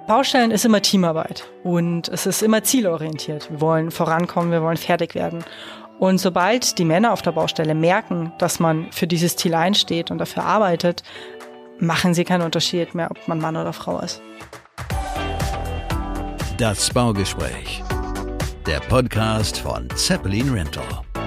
Baustellen ist immer Teamarbeit und es ist immer zielorientiert. Wir wollen vorankommen, wir wollen fertig werden. Und sobald die Männer auf der Baustelle merken, dass man für dieses Ziel einsteht und dafür arbeitet, machen sie keinen Unterschied mehr, ob man Mann oder Frau ist. Das Baugespräch, der Podcast von Zeppelin Rental.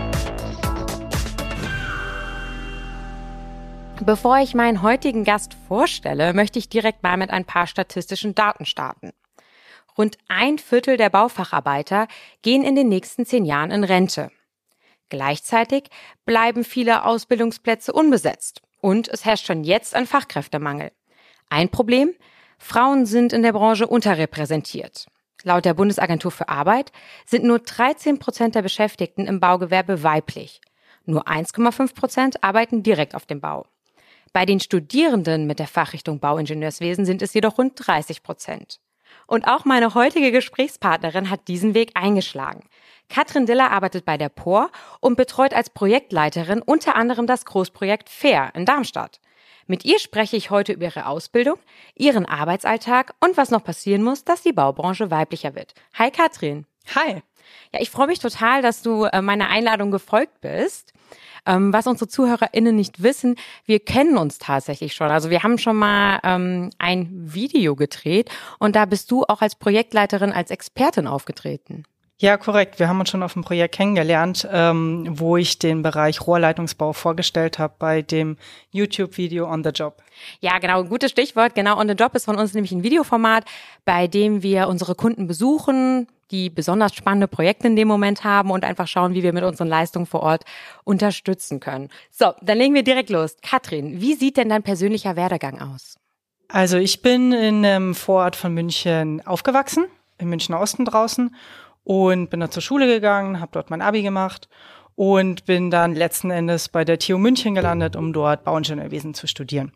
Bevor ich meinen heutigen Gast vorstelle, möchte ich direkt mal mit ein paar statistischen Daten starten. Rund 1/4 der Baufacharbeiter gehen in den nächsten 10 Jahren in Rente. Gleichzeitig bleiben viele Ausbildungsplätze unbesetzt und es herrscht schon jetzt ein Fachkräftemangel. Ein Problem: Frauen sind in der Branche unterrepräsentiert. Laut der Bundesagentur für Arbeit sind nur 13% der Beschäftigten im Baugewerbe weiblich. Nur 1,5% arbeiten direkt auf dem Bau. Bei den Studierenden mit der Fachrichtung Bauingenieurswesen sind es jedoch rund 30%. Und auch meine heutige Gesprächspartnerin hat diesen Weg eingeschlagen. Katrin Diller arbeitet bei der POR und betreut als Projektleiterin unter anderem das Großprojekt FAIR in Darmstadt. Mit ihr spreche ich heute über ihre Ausbildung, ihren Arbeitsalltag und was noch passieren muss, dass die Baubranche weiblicher wird. Hi Katrin. Hi. Ja, ich freue mich total, dass du meiner Einladung gefolgt bist. Was unsere ZuhörerInnen nicht wissen, wir kennen uns tatsächlich schon. Also wir haben schon mal ein Video gedreht und da bist du auch als Projektleiterin, als Expertin aufgetreten. Ja, korrekt. Wir haben uns schon auf dem Projekt kennengelernt, wo ich den Bereich Rohrleitungsbau vorgestellt habe bei dem YouTube-Video On the Job. Ja, genau. Gutes Stichwort. Genau, On the Job ist von uns nämlich ein Videoformat, bei dem wir unsere Kunden besuchen, die besonders spannende Projekte in dem Moment haben und einfach schauen, wie wir mit unseren Leistungen vor Ort unterstützen können. So, dann legen wir direkt los. Katrin, wie sieht denn dein persönlicher Werdegang aus? Also ich bin in einem Vorort von München aufgewachsen, im Münchner Osten draußen, und bin da zur Schule gegangen, habe dort mein Abi gemacht und bin dann letzten Endes bei der TU München gelandet, um dort Bauingenieurwesen zu studieren.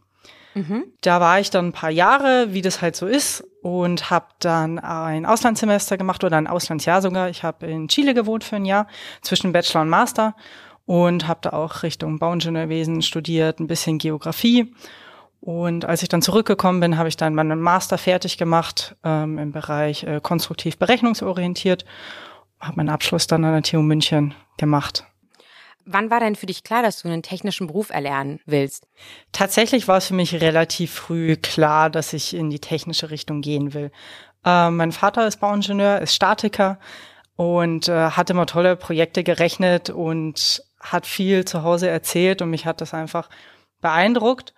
Da war ich dann ein paar Jahre, wie das halt so ist, und habe dann ein Auslandssemester gemacht oder ein Auslandsjahr sogar. Ich habe in Chile gewohnt für ein Jahr zwischen Bachelor und Master und habe da auch Richtung Bauingenieurwesen studiert, ein bisschen Geografie. Und als ich dann zurückgekommen bin, habe ich dann meinen Master fertig gemacht im Bereich konstruktiv berechnungsorientiert, habe meinen Abschluss dann an der TU München gemacht. Wann war denn für dich klar, dass du einen technischen Beruf erlernen willst? Tatsächlich war es für mich relativ früh klar, dass ich in die technische Richtung gehen will. Mein Vater ist Bauingenieur, ist Statiker und hat immer tolle Projekte gerechnet und hat viel zu Hause erzählt und mich hat das einfach beeindruckt.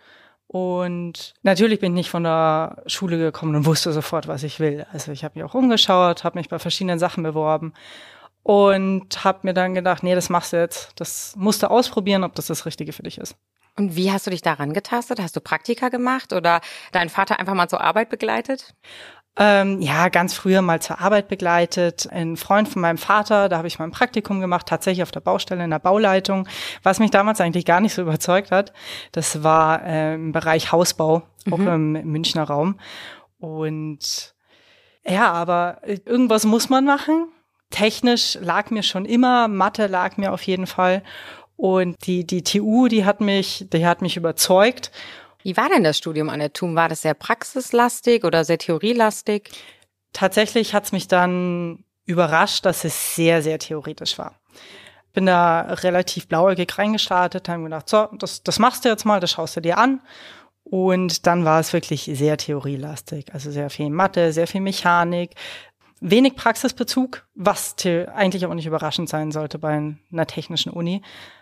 Und natürlich bin ich nicht von der Schule gekommen und wusste sofort, was ich will. Also ich habe mich auch umgeschaut, habe mich bei verschiedenen Sachen beworben und habe mir dann gedacht, nee, das machst du jetzt. Das musst du ausprobieren, ob das Richtige für dich ist. Und wie hast du dich daran getastet? Hast du Praktika gemacht oder deinen Vater einfach mal zur Arbeit begleitet? Ja, ganz früher mal zur Arbeit begleitet. Ein Freund von meinem Vater, da habe ich mal ein Praktikum gemacht, tatsächlich auf der Baustelle in der Bauleitung, was mich damals eigentlich gar nicht so überzeugt hat. Das war im Bereich Hausbau, auch im Münchner Raum. Und ja, aber irgendwas muss man machen. Technisch lag mir schon immer, Mathe lag mir auf jeden Fall. Und die TU, die hat mich überzeugt. Wie war denn das Studium an der TU? War das sehr praxislastig oder sehr theorielastig? Tatsächlich hat es mich dann überrascht, dass es sehr, sehr theoretisch war. Bin da relativ blauäugig reingestartet, haben gedacht, so, das machst du jetzt mal, das schaust du dir an. Und dann war es wirklich sehr theorielastig. Also sehr viel Mathe, sehr viel Mechanik, wenig Praxisbezug, was eigentlich auch nicht überraschend sein sollte bei einer technischen Uni.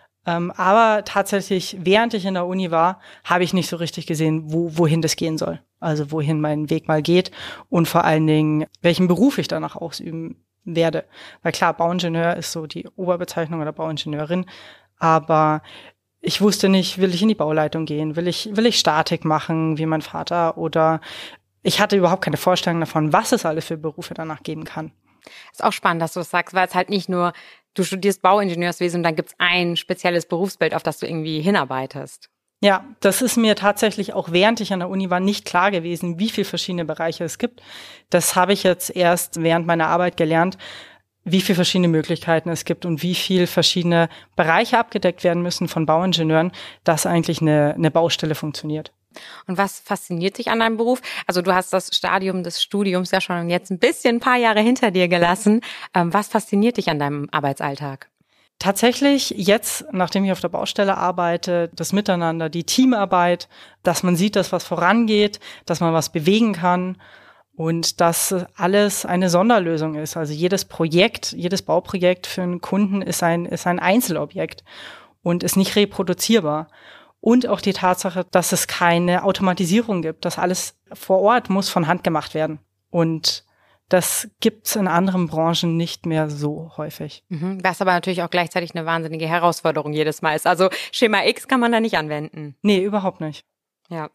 Aber tatsächlich, während ich in der Uni war, habe ich nicht so richtig gesehen, wohin das gehen soll. Also wohin mein Weg mal geht und vor allen Dingen, welchen Beruf ich danach ausüben werde. Weil klar, Bauingenieur ist so die Oberbezeichnung oder Bauingenieurin, aber ich wusste nicht, will ich in die Bauleitung gehen, will ich Statik machen, wie mein Vater, oder ich hatte überhaupt keine Vorstellung davon, was es alles für Berufe danach geben kann. Ist auch spannend, dass du das sagst, weil es halt nicht nur, du studierst Bauingenieurswesen und dann gibt's ein spezielles Berufsbild, auf das du irgendwie hinarbeitest. Ja, das ist mir tatsächlich auch während ich an der Uni war nicht klar gewesen, wie viele verschiedene Bereiche es gibt. Das habe ich jetzt erst während meiner Arbeit gelernt, wie viele verschiedene Möglichkeiten es gibt und wie viele verschiedene Bereiche abgedeckt werden müssen von Bauingenieuren, dass eigentlich eine Baustelle funktioniert. Und was fasziniert dich an deinem Beruf? Also du hast das Stadium des Studiums ja schon jetzt ein paar Jahre hinter dir gelassen. Was fasziniert dich an deinem Arbeitsalltag? Tatsächlich jetzt, nachdem ich auf der Baustelle arbeite, das Miteinander, die Teamarbeit, dass man sieht, dass was vorangeht, dass man was bewegen kann und dass alles eine Sonderlösung ist. Also jedes Bauprojekt für einen Kunden ist ein Einzelobjekt und ist nicht reproduzierbar. Und auch die Tatsache, dass es keine Automatisierung gibt, dass alles vor Ort muss von Hand gemacht werden. Und das gibt's in anderen Branchen nicht mehr so häufig. Was aber natürlich auch gleichzeitig eine wahnsinnige Herausforderung jedes Mal ist. Also Schema X kann man da nicht anwenden. Nee, überhaupt nicht. Ja.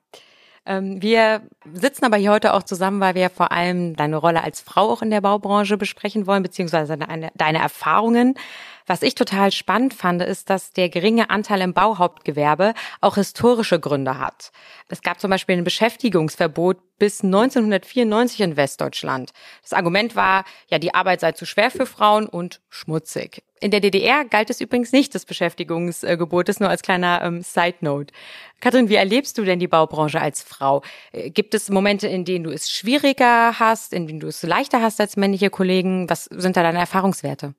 Wir sitzen aber hier heute auch zusammen, weil wir vor allem deine Rolle als Frau auch in der Baubranche besprechen wollen, beziehungsweise deine Erfahrungen. Was ich total spannend fand, ist, dass der geringe Anteil im Bauhauptgewerbe auch historische Gründe hat. Es gab zum Beispiel ein Beschäftigungsverbot bis 1994 in Westdeutschland. Das Argument war, ja, die Arbeit sei zu schwer für Frauen und schmutzig. In der DDR galt es übrigens nicht, das Beschäftigungsgebot, das nur als kleiner Side-Note. Katrin, wie erlebst du denn die Baubranche als Frau? Gibt es Momente, in denen du es schwieriger hast, in denen du es leichter hast als männliche Kollegen? Was sind da deine Erfahrungswerte?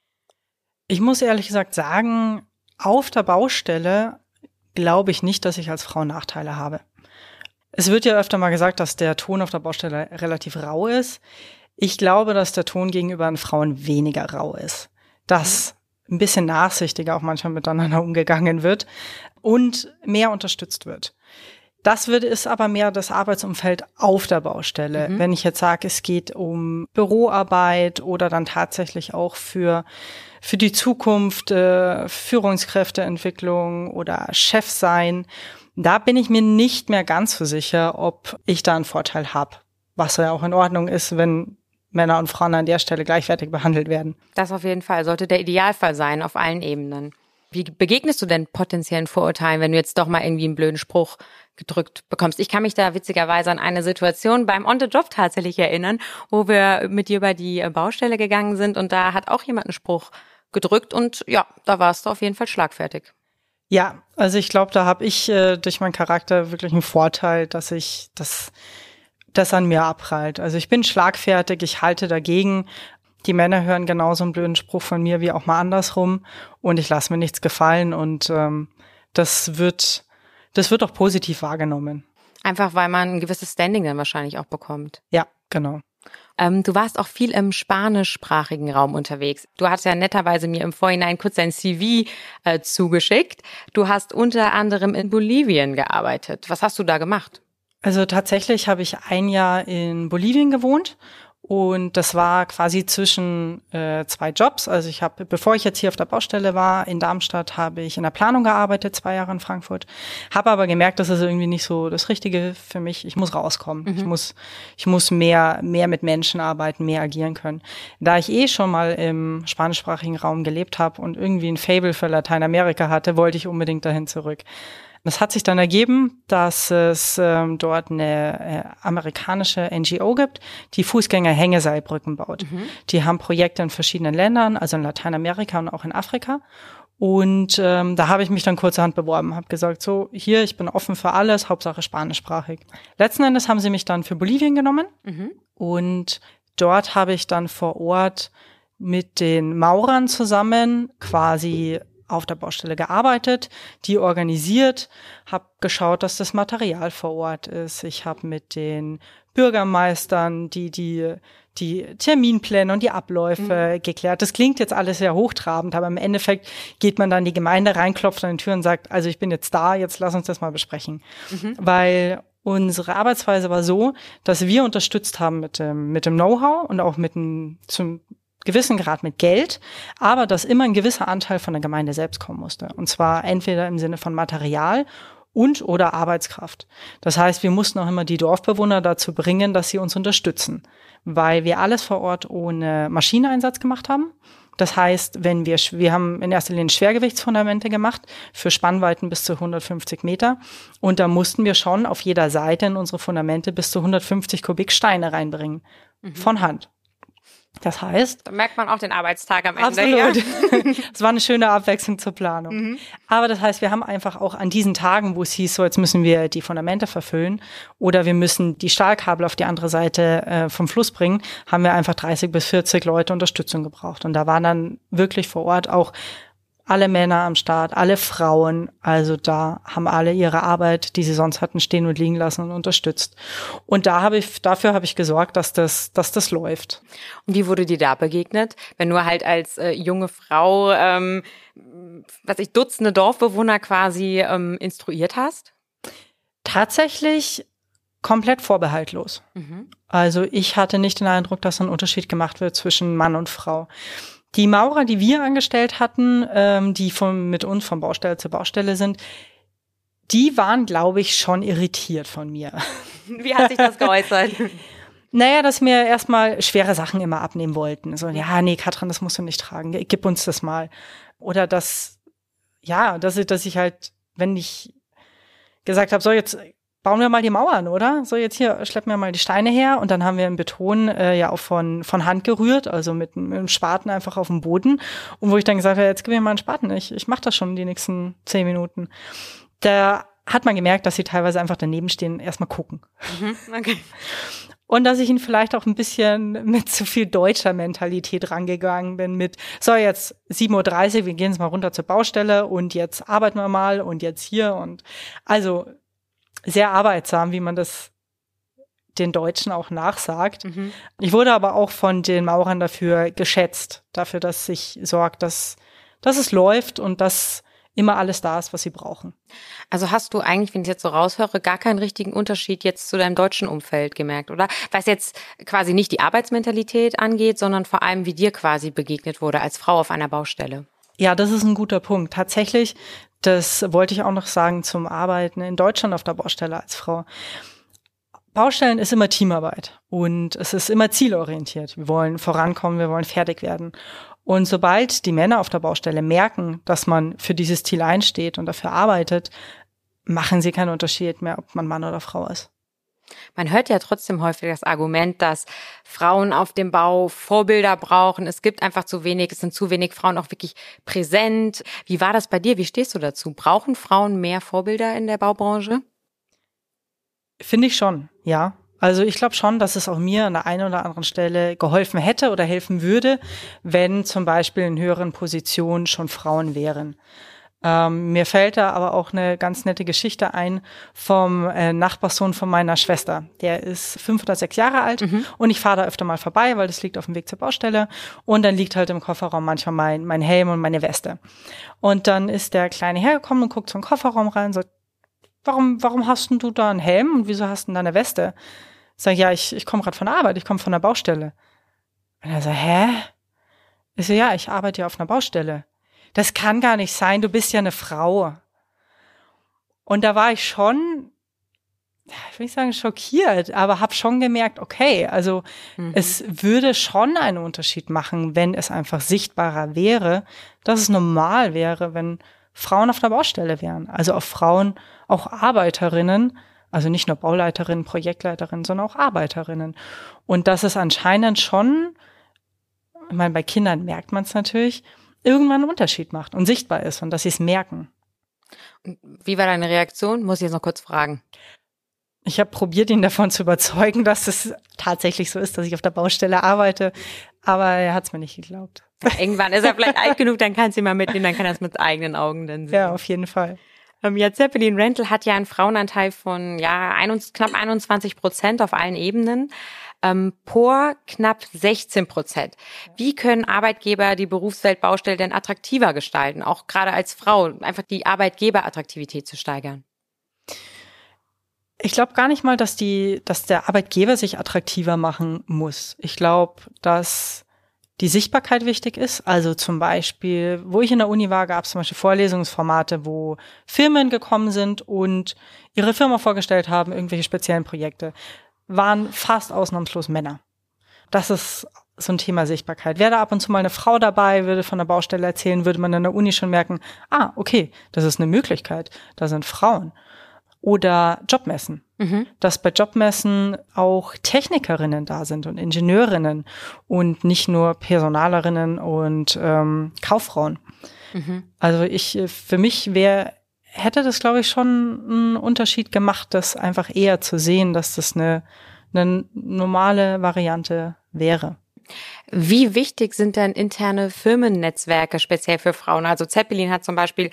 Ich muss ehrlich gesagt sagen, auf der Baustelle glaube ich nicht, dass ich als Frau Nachteile habe. Es wird ja öfter mal gesagt, dass der Ton auf der Baustelle relativ rau ist. Ich glaube, dass der Ton gegenüber den Frauen weniger rau ist. Dass ein bisschen nachsichtiger auch manchmal miteinander umgegangen wird und mehr unterstützt wird. Ist aber mehr das Arbeitsumfeld auf der Baustelle. Wenn ich jetzt sage, es geht um Büroarbeit oder dann tatsächlich auch für die Zukunft, Führungskräfteentwicklung oder Chef sein, da bin ich mir nicht mehr ganz so sicher, ob ich da einen Vorteil habe. Was ja auch in Ordnung ist, wenn Männer und Frauen an der Stelle gleichwertig behandelt werden. Das auf jeden Fall sollte der Idealfall sein auf allen Ebenen. Wie begegnest du denn potenziellen Vorurteilen, wenn du jetzt doch mal irgendwie einen blöden Spruch gedrückt bekommst? Ich kann mich da witzigerweise an eine Situation beim On the Job tatsächlich erinnern, wo wir mit dir über die Baustelle gegangen sind und da hat auch jemand einen Spruch gedrückt und ja, da warst du auf jeden Fall schlagfertig. Ja, also ich glaube, da habe ich durch meinen Charakter wirklich einen Vorteil, dass ich das an mir abprallt. Also ich bin schlagfertig, ich halte dagegen. Die Männer hören genauso einen blöden Spruch von mir wie auch mal andersrum und ich lasse mir nichts gefallen und das wird auch positiv wahrgenommen. Einfach, weil man ein gewisses Standing dann wahrscheinlich auch bekommt. Ja, genau. Du warst auch viel im spanischsprachigen Raum unterwegs. Du hast ja netterweise mir im Vorhinein kurz dein CV zugeschickt. Du hast unter anderem in Bolivien gearbeitet. Was hast du da gemacht? Also tatsächlich habe ich ein Jahr in Bolivien gewohnt. Und das war quasi zwischen zwei Jobs. Also bevor ich jetzt hier auf der Baustelle war in Darmstadt, habe ich in der Planung gearbeitet, 2 Jahre in Frankfurt. Habe aber gemerkt, das ist irgendwie nicht so das Richtige für mich. Ich muss rauskommen. Ich muss mehr mit Menschen arbeiten, mehr agieren können. Da ich schon mal im spanischsprachigen Raum gelebt habe und irgendwie ein Faible für Lateinamerika hatte, wollte ich unbedingt dahin zurück. Das hat sich dann ergeben, dass es dort eine amerikanische NGO gibt, die Fußgänger-Hängeseilbrücken baut. Die haben Projekte in verschiedenen Ländern, also in Lateinamerika und auch in Afrika. Und da habe ich mich dann kurzerhand beworben, habe gesagt, so hier, ich bin offen für alles, Hauptsache spanischsprachig. Letzten Endes haben sie mich dann für Bolivien genommen und dort habe ich dann vor Ort mit den Maurern zusammen quasi auf der Baustelle gearbeitet, die organisiert, habe geschaut, dass das Material vor Ort ist. Ich habe mit den Bürgermeistern die Terminpläne und die Abläufe geklärt. Das klingt jetzt alles sehr hochtrabend, aber im Endeffekt geht man dann in die Gemeinde rein, klopft an die Tür und sagt, also ich bin jetzt da, jetzt lass uns das mal besprechen. Weil unsere Arbeitsweise war so, dass wir unterstützt haben mit dem Know-how und auch zum gewissen Grad mit Geld, aber dass immer ein gewisser Anteil von der Gemeinde selbst kommen musste. Und zwar entweder im Sinne von Material oder Arbeitskraft. Das heißt, wir mussten auch immer die Dorfbewohner dazu bringen, dass sie uns unterstützen, weil wir alles vor Ort ohne Maschineneinsatz gemacht haben. Das heißt, wir haben in erster Linie Schwergewichtsfundamente gemacht für Spannweiten bis zu 150 Meter und da mussten wir schon auf jeder Seite in unsere Fundamente bis zu 150 Kubik Steine reinbringen, von Hand. Das heißt, da merkt man auch den Arbeitstag am Ende. absolut. Ja. Es war eine schöne Abwechslung zur Planung. Mhm. Aber das heißt, wir haben einfach auch an diesen Tagen, wo es hieß, so jetzt müssen wir die Fundamente verfüllen oder wir müssen die Stahlkabel auf die andere Seite vom Fluss bringen, haben wir einfach 30 bis 40 Leute Unterstützung gebraucht. Und da waren dann wirklich vor Ort auch alle Männer am Start, alle Frauen, also da haben alle ihre Arbeit, die sie sonst hatten, stehen und liegen lassen und unterstützt. Und dafür habe ich gesorgt, dass das läuft. Und wie wurde dir da begegnet? Wenn du halt als junge Frau, Dutzende Dorfbewohner quasi instruiert hast? Tatsächlich komplett vorbehaltlos. Mhm. Also ich hatte nicht den Eindruck, dass ein Unterschied gemacht wird zwischen Mann und Frau. Die Maurer, die wir angestellt hatten, die mit uns von Baustelle zu Baustelle sind, die waren, glaube ich, schon irritiert von mir. Wie hat sich das geäußert? Naja, dass mir erstmal schwere Sachen immer abnehmen wollten. So, ja, nee, Katrin, das musst du nicht tragen. Gib uns das mal. Oder dass ich halt, wenn ich gesagt habe, so jetzt bauen wir mal die Mauern, oder? So, jetzt hier schleppen wir mal die Steine her und dann haben wir einen Beton auch von Hand gerührt, also mit einem Spaten einfach auf dem Boden. Und wo ich dann gesagt habe, jetzt gib mir mal einen Spaten, ich mache das schon die nächsten 10 Minuten. Da hat man gemerkt, dass sie teilweise einfach daneben stehen, erstmal gucken. Okay. Und dass ich ihnen vielleicht auch ein bisschen mit zu viel deutscher Mentalität rangegangen bin mit, so jetzt 7:30 Uhr, wir gehen jetzt mal runter zur Baustelle und jetzt arbeiten wir mal und jetzt hier und also sehr arbeitsam, wie man das den Deutschen auch nachsagt. Mhm. Ich wurde aber auch von den Maurern dafür geschätzt, dafür, dass ich sorge, dass es läuft und dass immer alles da ist, was sie brauchen. Also hast du eigentlich, wenn ich jetzt so raushöre, gar keinen richtigen Unterschied jetzt zu deinem deutschen Umfeld gemerkt, oder? Was jetzt quasi nicht die Arbeitsmentalität angeht, sondern vor allem, wie dir quasi begegnet wurde als Frau auf einer Baustelle. Ja, das ist ein guter Punkt. Tatsächlich, das wollte ich auch noch sagen zum Arbeiten in Deutschland auf der Baustelle als Frau. Baustellen ist immer Teamarbeit und es ist immer zielorientiert. Wir wollen vorankommen, wir wollen fertig werden. Und sobald die Männer auf der Baustelle merken, dass man für dieses Ziel einsteht und dafür arbeitet, machen sie keinen Unterschied mehr, ob man Mann oder Frau ist. Man hört ja trotzdem häufig das Argument, dass Frauen auf dem Bau Vorbilder brauchen. Es gibt einfach zu wenig, es sind zu wenig Frauen auch wirklich präsent. Wie war das bei dir? Wie stehst du dazu? Brauchen Frauen mehr Vorbilder in der Baubranche? Finde ich schon, ja. Also ich glaube schon, dass es auch mir an der einen oder anderen Stelle geholfen hätte oder helfen würde, wenn zum Beispiel in höheren Positionen schon Frauen wären. Mir fällt da aber auch eine ganz nette Geschichte ein vom Nachbarssohn von meiner Schwester. Der ist 5 oder 6 Jahre alt und ich fahre da öfter mal vorbei, weil das liegt auf dem Weg zur Baustelle und dann liegt halt im Kofferraum manchmal mein Helm und meine Weste. Und dann ist der Kleine hergekommen und guckt so in den Kofferraum rein und sagt, warum hast denn du da einen Helm und wieso hast du denn da eine Weste? Sag ich, ja, ich komme gerade von der Arbeit, ich komme von der Baustelle. Und er sagt, hä? Ich so, ja, ich arbeite ja auf einer Baustelle. Das kann gar nicht sein, du bist ja eine Frau. Und da war ich schon, ich will nicht sagen schockiert, aber habe schon gemerkt, okay, also es würde schon einen Unterschied machen, wenn es einfach sichtbarer wäre, dass es normal wäre, wenn Frauen auf der Baustelle wären. Also auch Frauen, auch Arbeiterinnen, also nicht nur Bauleiterinnen, Projektleiterinnen, sondern auch Arbeiterinnen. Und dass es anscheinend schon, ich meine, bei Kindern merkt man es natürlich, irgendwann einen Unterschied macht und sichtbar ist und dass sie es merken. Wie war deine Reaktion? Muss ich jetzt noch kurz fragen. Ich habe probiert, ihn davon zu überzeugen, dass es tatsächlich so ist, dass ich auf der Baustelle arbeite, aber er hat es mir nicht geglaubt. Ja, irgendwann ist er vielleicht alt genug, dann kannst du ihn mal mitnehmen, dann kann er es mit eigenen Augen dann sehen. Ja, auf jeden Fall. Ja, Zeppelin Rental hat ja einen Frauenanteil von knapp 21% auf allen Ebenen. POR knapp 16%. Wie können Arbeitgeber die Berufswelt Baustelle denn attraktiver gestalten, auch gerade als Frau, einfach die Arbeitgeberattraktivität zu steigern? Ich glaube gar nicht mal, dass der Arbeitgeber sich attraktiver machen muss. Ich glaube, dass die Sichtbarkeit wichtig ist. Also zum Beispiel, wo ich in der Uni war, gab es zum Beispiel Vorlesungsformate, wo Firmen gekommen sind und ihre Firma vorgestellt haben, irgendwelche speziellen Projekte. Waren fast ausnahmslos Männer. Das ist so ein Thema Sichtbarkeit. Wäre da ab und zu mal eine Frau dabei, würde von der Baustelle erzählen, würde man in der Uni schon merken, okay, das ist eine Möglichkeit, da sind Frauen. Oder Jobmessen. Dass bei Jobmessen auch Technikerinnen da sind und Ingenieurinnen und nicht nur Personalerinnen und Kauffrauen. Also für mich hätte das, glaube ich, schon einen Unterschied gemacht, das einfach eher zu sehen, dass das eine normale Variante wäre. Wie wichtig sind denn interne Firmennetzwerke speziell für Frauen? Also Zeppelin hat zum Beispiel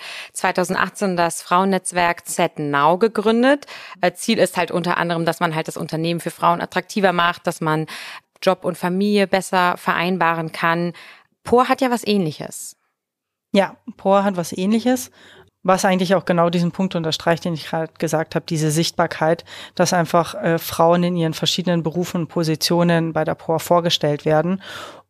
2018 das Frauennetzwerk Z-Now gegründet. Ziel ist halt unter anderem, dass man halt das Unternehmen für Frauen attraktiver macht, dass man Job und Familie besser vereinbaren kann. POR hat ja was Ähnliches. Ja, POR hat was Ähnliches. Was eigentlich auch genau diesen Punkt unterstreicht, den ich gerade gesagt habe, diese Sichtbarkeit, dass einfach Frauen in ihren verschiedenen Berufen und Positionen bei der POR vorgestellt werden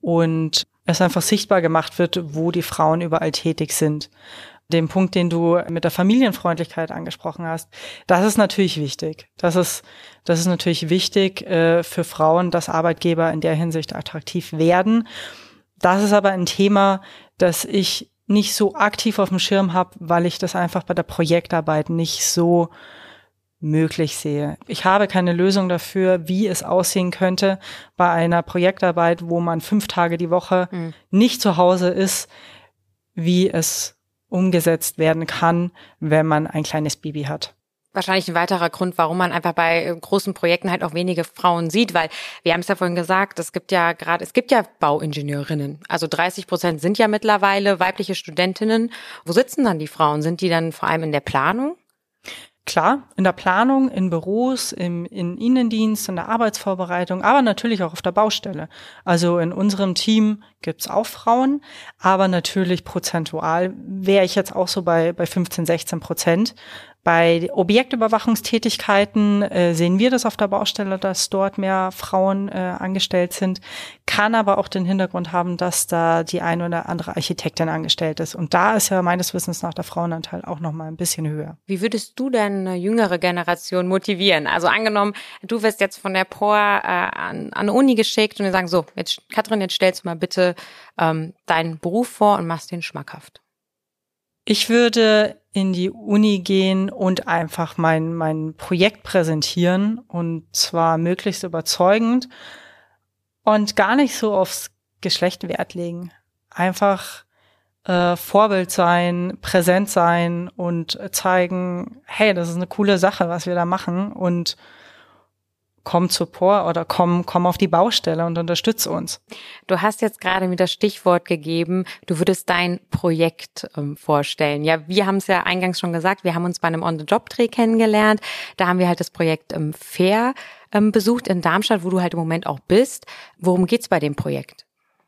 und es einfach sichtbar gemacht wird, wo die Frauen überall tätig sind. Den Punkt, den du mit der Familienfreundlichkeit angesprochen hast, das ist natürlich wichtig. Das ist natürlich wichtig für Frauen, dass Arbeitgeber in der Hinsicht attraktiv werden. Das ist aber ein Thema, das ich nicht so aktiv auf dem Schirm habe, weil ich das einfach bei der Projektarbeit nicht so möglich sehe. Ich habe keine Lösung dafür, wie es aussehen könnte bei einer Projektarbeit, wo man 5 Tage die Woche nicht zu Hause ist, wie es umgesetzt werden kann, wenn man ein kleines Baby hat. Wahrscheinlich ein weiterer Grund, warum man einfach bei großen Projekten halt auch wenige Frauen sieht, weil wir haben es ja vorhin gesagt, es gibt ja Bauingenieurinnen. Also 30% sind ja mittlerweile weibliche Studentinnen. Wo sitzen dann die Frauen? Sind die dann vor allem in der Planung? Klar, in der Planung, in Büros, in Innendienst, in der Arbeitsvorbereitung, aber natürlich auch auf der Baustelle. Also in unserem Team gibt's auch Frauen, aber natürlich prozentual wäre ich jetzt auch so bei 15-16%. Bei Objektüberwachungstätigkeiten sehen wir das auf der Baustelle, dass dort mehr Frauen angestellt sind, kann aber auch den Hintergrund haben, dass da die eine oder andere Architektin angestellt ist. Und da ist ja meines Wissens nach der Frauenanteil auch noch mal ein bisschen höher. Wie würdest du denn eine jüngere Generation motivieren? Also angenommen, du wirst jetzt von der POR an eine Uni geschickt und wir sagen so, jetzt Katrin, jetzt stellst du mal bitte deinen Beruf vor und machst den schmackhaft. Ich würde in die Uni gehen und einfach mein Projekt präsentieren und zwar möglichst überzeugend und gar nicht so aufs Geschlecht Wert legen. Einfach Vorbild sein, präsent sein und zeigen, hey, das ist eine coole Sache, was wir da machen und komm zur POR oder komm auf die Baustelle und unterstütz uns. Du hast jetzt gerade mir das Stichwort gegeben, du würdest dein Projekt vorstellen. Ja, wir haben es ja eingangs schon gesagt, wir haben uns bei einem On-the-Job-Dreh kennengelernt. Da haben wir halt das Projekt Fair besucht in Darmstadt, wo du halt im Moment auch bist. Worum geht's bei dem Projekt?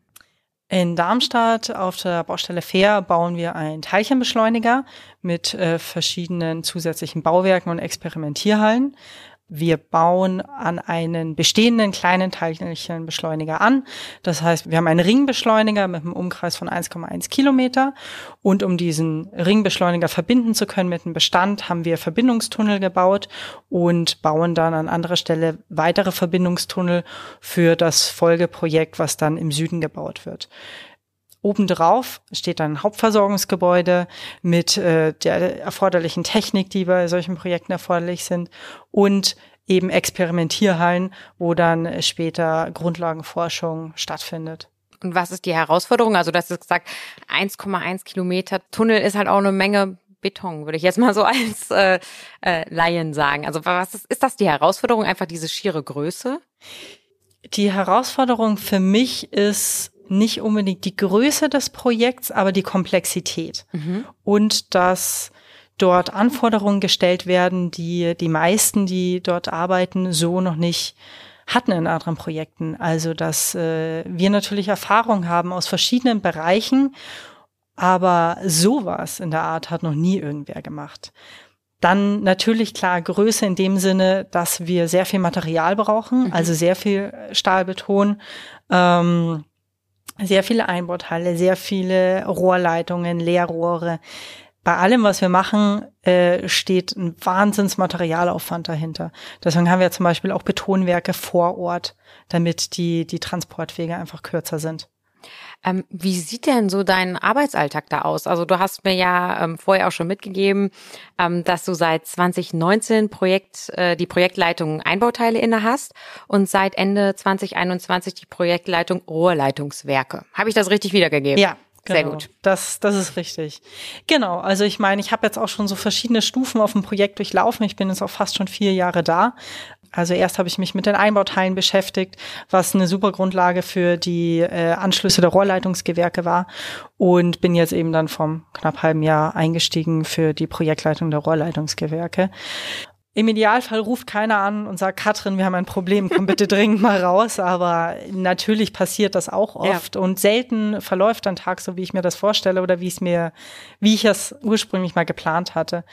In Darmstadt auf der Baustelle Fair bauen wir einen Teilchenbeschleuniger mit verschiedenen zusätzlichen Bauwerken und Experimentierhallen. Wir bauen an einen bestehenden kleinen Teilchenbeschleuniger an. Das heißt, wir haben einen Ringbeschleuniger mit einem Umkreis von 1,1 Kilometer. Und um diesen Ringbeschleuniger verbinden zu können mit dem Bestand, haben wir Verbindungstunnel gebaut und bauen dann an anderer Stelle weitere Verbindungstunnel für das Folgeprojekt, was dann im Süden gebaut wird. Obendrauf steht dann ein Hauptversorgungsgebäude mit der erforderlichen Technik, die bei solchen Projekten erforderlich sind und eben Experimentierhallen, wo dann später Grundlagenforschung stattfindet. Und was ist die Herausforderung? Also du hast gesagt, 1,1 Kilometer Tunnel ist halt auch eine Menge Beton, würde ich jetzt mal so als Laien sagen. Also ist das die Herausforderung, einfach diese schiere Größe? Die Herausforderung für mich ist nicht unbedingt die Größe des Projekts, aber die Komplexität. Und dass dort Anforderungen gestellt werden, die die meisten, die dort arbeiten, so noch nicht hatten in anderen Projekten. Also dass wir natürlich Erfahrung haben aus verschiedenen Bereichen, aber sowas in der Art hat noch nie irgendwer gemacht. Dann natürlich klar Größe in dem Sinne, dass wir sehr viel Material brauchen, also sehr viel Stahlbeton, sehr viele Einbauteile, sehr viele Rohrleitungen, Leerrohre. Bei allem, was wir machen, steht ein Wahnsinnsmaterialaufwand dahinter. Deswegen haben wir zum Beispiel auch Betonwerke vor Ort, damit die Transportwege einfach kürzer sind. Wie sieht denn so dein Arbeitsalltag da aus? Also du hast mir ja vorher auch schon mitgegeben, dass du seit 2019 die Projektleitung Einbauteile inne hast und seit Ende 2021 die Projektleitung Rohrleitungswerke. Habe ich das richtig wiedergegeben? Ja. Genau, sehr gut. Das ist richtig. Genau, also ich meine, ich habe jetzt auch schon so verschiedene Stufen auf dem Projekt durchlaufen. Ich bin jetzt auch fast schon 4 Jahre da. Also erst habe ich mich mit den Einbauteilen beschäftigt, was eine super Grundlage für die Anschlüsse der Rohrleitungsgewerke war, und bin jetzt eben dann vom knapp halben Jahr eingestiegen für die Projektleitung der Rohrleitungsgewerke. Im Idealfall ruft keiner an und sagt, Katrin, wir haben ein Problem, komm bitte dringend mal raus. Aber natürlich passiert das auch oft, und selten verläuft ein Tag so, wie ich mir das vorstelle oder wie ich es ursprünglich mal geplant hatte.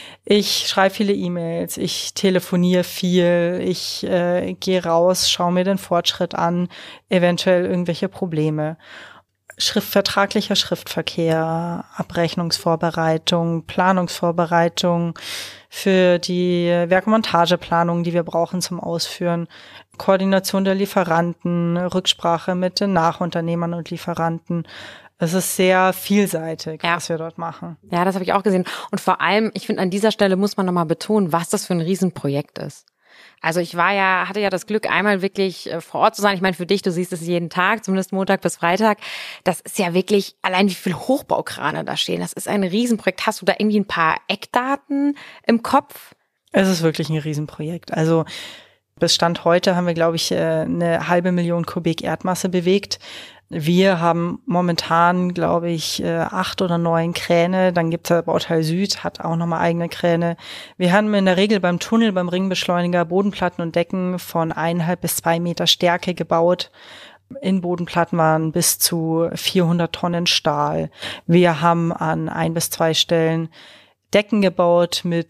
Ich schreibe viele E-Mails, ich telefoniere viel, ich gehe raus, schaue mir den Fortschritt an, eventuell irgendwelche Probleme. Vertraglicher Schriftverkehr, Abrechnungsvorbereitung, Planungsvorbereitung für die Werkmontageplanung, die wir brauchen zum Ausführen, Koordination der Lieferanten, Rücksprache mit den Nachunternehmern und Lieferanten. Es ist sehr vielseitig, was wir dort machen. Ja, das habe ich auch gesehen. Und vor allem, ich finde, an dieser Stelle muss man nochmal betonen, was das für ein Riesenprojekt ist. Also ich hatte ja das Glück, einmal wirklich vor Ort zu sein. Ich meine, für dich, du siehst es jeden Tag, zumindest Montag bis Freitag. Das ist ja wirklich, allein wie viele Hochbaukrane da stehen. Das ist ein Riesenprojekt. Hast du da irgendwie ein paar Eckdaten im Kopf? Es ist wirklich ein Riesenprojekt. Also bis Stand heute haben wir, glaube ich, eine 500.000 Kubik Erdmasse bewegt. Wir haben momentan, glaube ich, 8 oder 9 Kräne. Dann gibt's ja Bauteil Süd, hat auch nochmal eigene Kräne. Wir haben in der Regel beim Tunnel, beim Ringbeschleuniger Bodenplatten und Decken von 1,5 bis 2 Meter Stärke gebaut. In Bodenplatten waren bis zu 400 Tonnen Stahl. Wir haben an 1 bis 2 Stellen Decken gebaut mit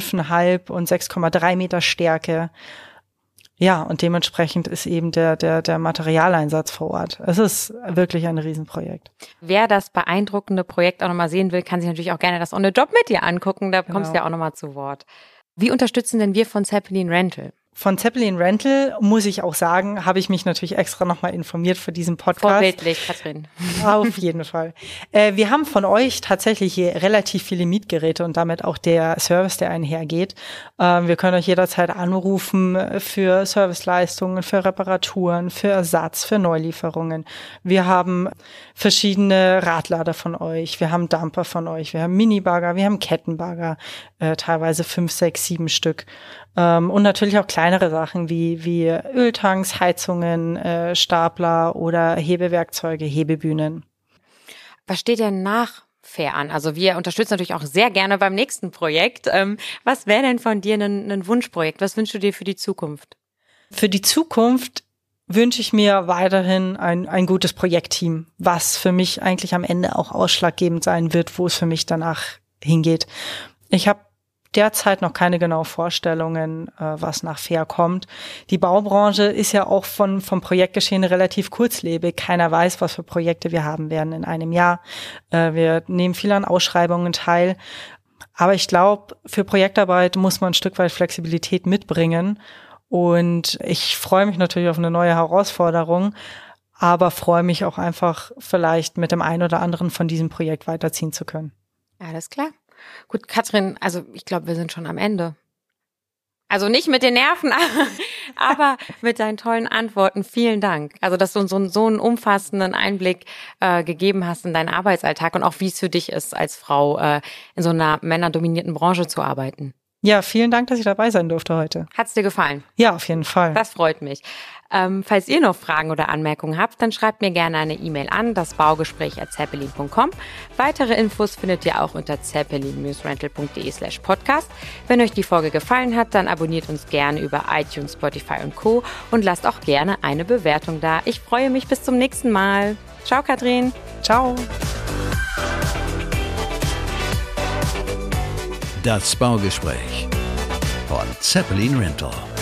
5,5 und 6,3 Meter Stärke. Ja, und dementsprechend ist eben der Materialeinsatz vor Ort. Es ist wirklich ein Riesenprojekt. Wer das beeindruckende Projekt auch nochmal sehen will, kann sich natürlich auch gerne das On the Job mit dir angucken. Da kommst du ja auch nochmal zu Wort. Wie unterstützen denn wir von Zeppelin Rental? Von Zeppelin Rental, muss ich auch sagen, habe ich mich natürlich extra nochmal informiert für diesen Podcast. Vorbildlich, Katrin. Auf jeden Fall. Wir haben von euch tatsächlich hier relativ viele Mietgeräte und damit auch der Service, der einhergeht. Wir können euch jederzeit anrufen für Serviceleistungen, für Reparaturen, für Ersatz, für Neulieferungen. Wir haben verschiedene Radlader von euch, wir haben Dumper von euch, wir haben Minibagger, wir haben Kettenbagger, teilweise 5, 6, 7 Stück. Und natürlich auch kleinere Sachen wie Öltanks, Heizungen, Stapler oder Hebewerkzeuge, Hebebühnen. Was steht denn nach Fair an? Also wir unterstützen natürlich auch sehr gerne beim nächsten Projekt. Was wäre denn von dir ein Wunschprojekt? Was wünschst du dir für die Zukunft? Für die Zukunft wünsche ich mir weiterhin ein gutes Projektteam, was für mich eigentlich am Ende auch ausschlaggebend sein wird, wo es für mich danach hingeht. Ich habe derzeit noch keine genauen Vorstellungen, was nach Fair kommt. Die Baubranche ist ja auch vom Projektgeschehen relativ kurzlebig. Keiner weiß, was für Projekte wir haben werden in einem Jahr. Wir nehmen viel an Ausschreibungen teil. Aber ich glaube, für Projektarbeit muss man ein Stück weit Flexibilität mitbringen. Und ich freue mich natürlich auf eine neue Herausforderung, aber freue mich auch einfach, vielleicht mit dem einen oder anderen von diesem Projekt weiterziehen zu können. Alles klar. Gut, Katrin, also ich glaube, wir sind schon am Ende. Also nicht mit den Nerven, aber mit deinen tollen Antworten. Vielen Dank. Also, dass du uns so einen umfassenden Einblick gegeben hast in deinen Arbeitsalltag und auch, wie es für dich ist, als Frau in so einer männerdominierten Branche zu arbeiten. Ja, vielen Dank, dass ich dabei sein durfte heute. Hat's dir gefallen? Ja, auf jeden Fall. Das freut mich. Falls ihr noch Fragen oder Anmerkungen habt, dann schreibt mir gerne eine E-Mail an, dasbaugespräch@zeppelin.com. Weitere Infos findet ihr auch unter zeppelin-rental.de/podcast. Wenn euch die Folge gefallen hat, dann abonniert uns gerne über iTunes, Spotify und Co. und lasst auch gerne eine Bewertung da. Ich freue mich bis zum nächsten Mal. Ciao, Katrin. Ciao. Das Baugespräch von Zeppelin Rental.